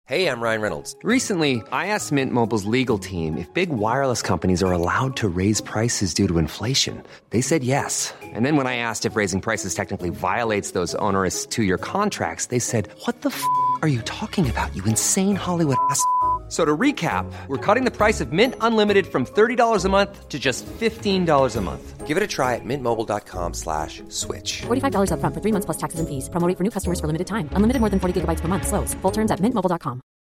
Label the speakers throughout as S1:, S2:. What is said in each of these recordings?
S1: Hey, I'm Ryan Reynolds. Recently, I asked Mint Mobile's legal team if big wireless companies are allowed to raise prices due to inflation. They said yes. And then when I asked if raising prices technically violates those onerous two-year contracts, they said, "What the f*** are you talking about, you insane Hollywood ass?" So to recap, we're cutting the price of Mint Unlimited from $30 a month to just $15 a month. Give it a try at mintmobile.com/switch.
S2: $45 up front for 3 months plus taxes and fees. Promo rate for new customers for limited time. Unlimited more than 40 gigabytes per month. Slows full terms at mintmobile.com.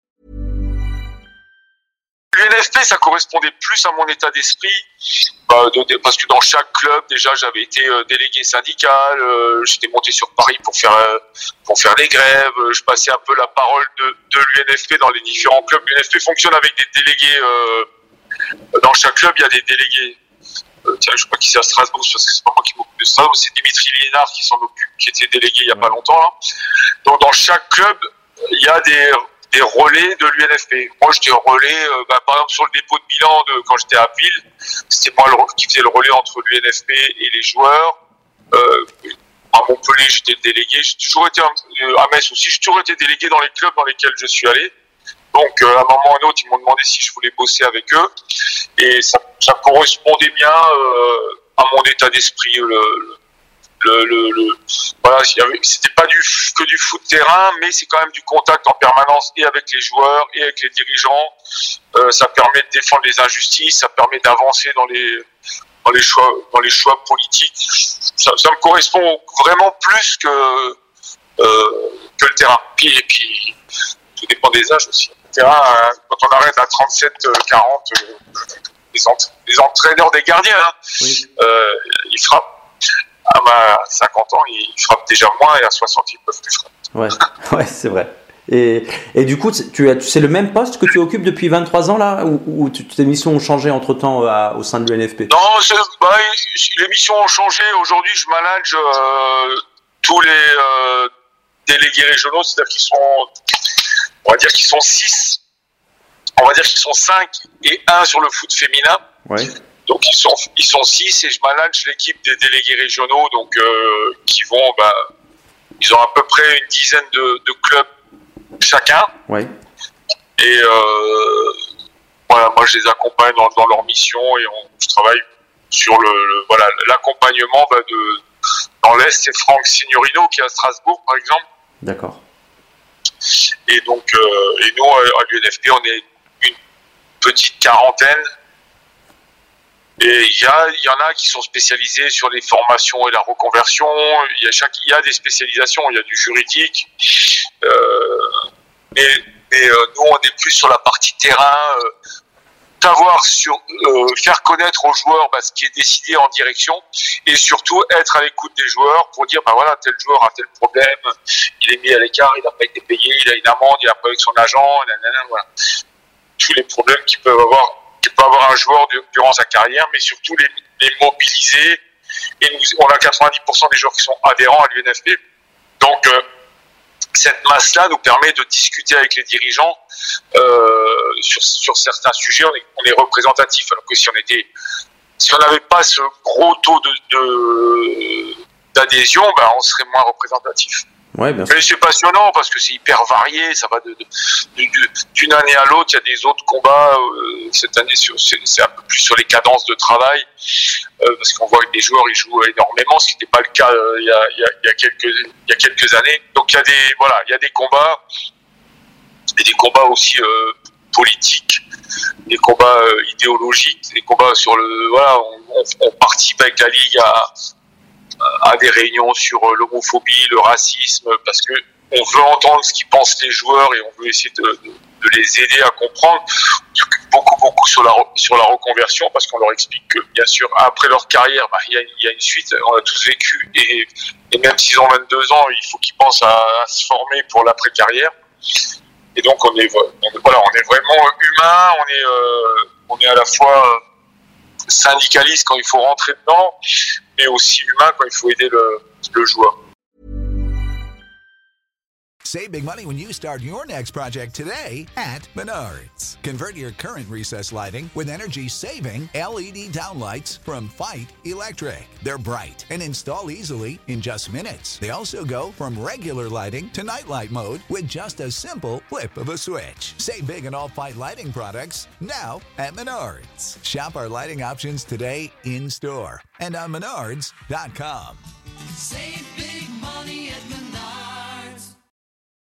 S3: L'UNFP, ça correspondait plus à mon état d'esprit, parce que dans chaque club, déjà, j'avais été délégué syndical, j'étais monté sur Paris pour faire des grèves, je passais un peu la parole de l'UNFP dans les différents clubs. L'UNFP fonctionne avec des délégués, dans chaque club, il y a des délégués. Tiens, je crois qu'il c'est à Strasbourg, parce que c'est pas moi qui m'occupe de Strasbourg, c'est Dimitri Liénard qui s'en occupe, qui était délégué il y a pas longtemps, là. Donc, dans chaque club, il y a des relais de l'UNFP. Moi, j'étais relais, par exemple, sur le dépôt de bilan quand j'étais à Pile, c'était moi qui faisais le relais entre l'UNFP et les joueurs. À Montpellier, j'étais le délégué. J'ai toujours été, à Metz aussi, j'ai toujours été délégué dans les clubs dans lesquels je suis allé. Donc, à un moment ou à un autre, ils m'ont demandé si je voulais bosser avec eux. Et ça correspondait bien à mon état d'esprit. Voilà, c'était pas que du foot terrain, mais c'est quand même du contact en permanence et avec les joueurs et avec les dirigeants. Ça permet de défendre les injustices, ça permet d'avancer dans les choix politiques. Ça me correspond vraiment plus que le terrain. Et puis tout dépend des âges aussi. Le terrain, quand on arrête à 37-40, les entraîneurs des gardiens,
S4: oui.
S3: Ils frappent. À 50 ans, ils frappent déjà moins, et à 60, ils peuvent plus frapper.
S4: Ouais, c'est vrai. Et du coup, c'est le même poste que tu occupes depuis 23 ans là, ou tes missions ont changé entre-temps au sein de l'UNFP?
S3: Non, les missions ont changé. Aujourd'hui, je manage tous les délégués régionaux, c'est-à-dire on va dire qu'ils sont 6. On va dire qu'ils sont 5 et 1 sur le foot féminin.
S4: Ouais.
S3: Donc ils sont 6 et je manage l'équipe des délégués régionaux, donc qui vont, ils ont à peu près une dizaine de clubs chacun.
S4: Ouais.
S3: Et voilà, moi je les accompagne dans leur mission et je travaille sur l'accompagnement dans l'Est. C'est Franck Signorino qui est à Strasbourg par exemple.
S4: D'accord.
S3: Et donc et nous à l'UNFP on est une petite quarantaine. Et il y en a qui sont spécialisés sur les formations et la reconversion. Il y a des spécialisations, il y a du juridique. Mais nous, on est plus sur la partie terrain, faire connaître aux joueurs ce qui est décidé en direction, et surtout être à l'écoute des joueurs pour dire voilà, tel joueur a tel problème, il est mis à l'écart, il n'a pas été payé, il a une amende, il a pas avec son agent, voilà. Tous les problèmes qu'il peut avoir un joueur durant sa carrière, mais surtout les mobiliser. Et on a 90% des joueurs qui sont adhérents à l'UNFP. Donc, cette masse-là nous permet de discuter avec les dirigeants sur certains sujets. On est représentatif, alors que si on n'avait pas ce gros taux d'adhésion, on serait moins représentatif.
S4: Ouais, bien sûr.
S3: Mais c'est passionnant parce que c'est hyper varié, ça va d'une année à l'autre. Il y a des autres combats. Cette année, c'est un peu plus sur les cadences de travail, parce qu'on voit que les joueurs ils jouent énormément, ce qui n'était pas le cas il y a quelques années. Donc il y a des combats et des combats aussi politiques, des combats idéologiques, des combats sur on participe avec la Ligue à des réunions sur l'homophobie, le racisme, parce que on veut entendre ce qu'ils pensent les joueurs et on veut essayer de les aider à comprendre. Beaucoup sur la reconversion, parce qu'on leur explique que bien sûr après leur carrière, il y a une suite. On a tous vécu, et même s'ils ont 22 ans, il faut qu'ils pensent à se former pour l'après-carrière. Et donc on est vraiment humain. On est à la fois syndicaliste quand il faut rentrer dedans, mais aussi humain quand il faut aider le joueur.
S5: Save big money when you start your next project today at Menards. Convert your current recessed lighting with energy-saving LED downlights from Fight Electric. They're bright and install easily in just minutes. They also go from regular lighting to nightlight mode with just a simple flip of a switch. Save big on all Fight lighting products now at Menards. Shop our lighting options today in store and on Menards.com.
S6: Save